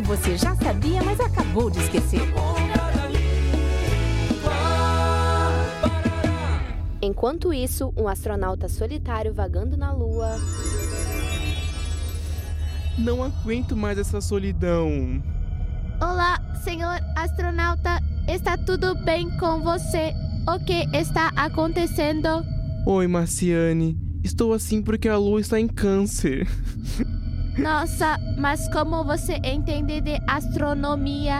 você já sabia, mas acabou de esquecer. Enquanto isso, um astronauta solitário vagando na Lua... Não aguento mais essa solidão. Olá, senhor astronauta. Está tudo bem com você? O que está acontecendo? Oi, Marciane. Estou assim porque a Lua está em Câncer. Nossa, mas como você entende de astronomia?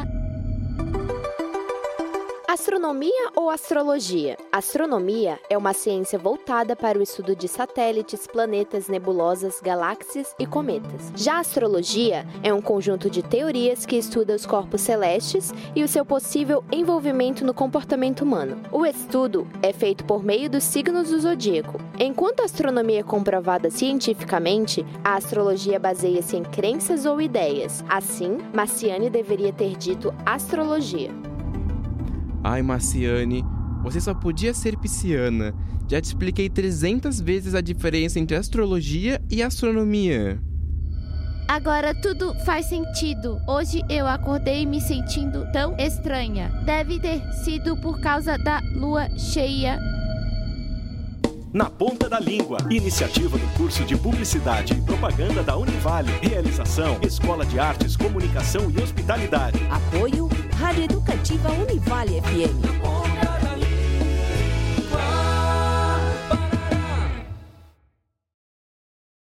Astronomia ou astrologia? Astronomia é uma ciência voltada para o estudo de satélites, planetas, nebulosas, galáxias e cometas. Já a astrologia é um conjunto de teorias que estuda os corpos celestes e o seu possível envolvimento no comportamento humano. O estudo é feito por meio dos signos do zodíaco. Enquanto a astronomia é comprovada cientificamente, a astrologia baseia-se em crenças ou ideias. Assim, Marciane deveria ter dito astrologia. Ai, Marciane, você só podia ser pisciana. Já te expliquei 300 vezes a diferença entre astrologia e astronomia. Agora tudo faz sentido. Hoje eu acordei me sentindo tão estranha. Deve ter sido por causa da lua cheia. Na Ponta da Língua, iniciativa do curso de Publicidade e Propaganda da Univale. Realização, Escola de Artes, Comunicação e Hospitalidade. Apoio, Rádio Educativa Univale FM.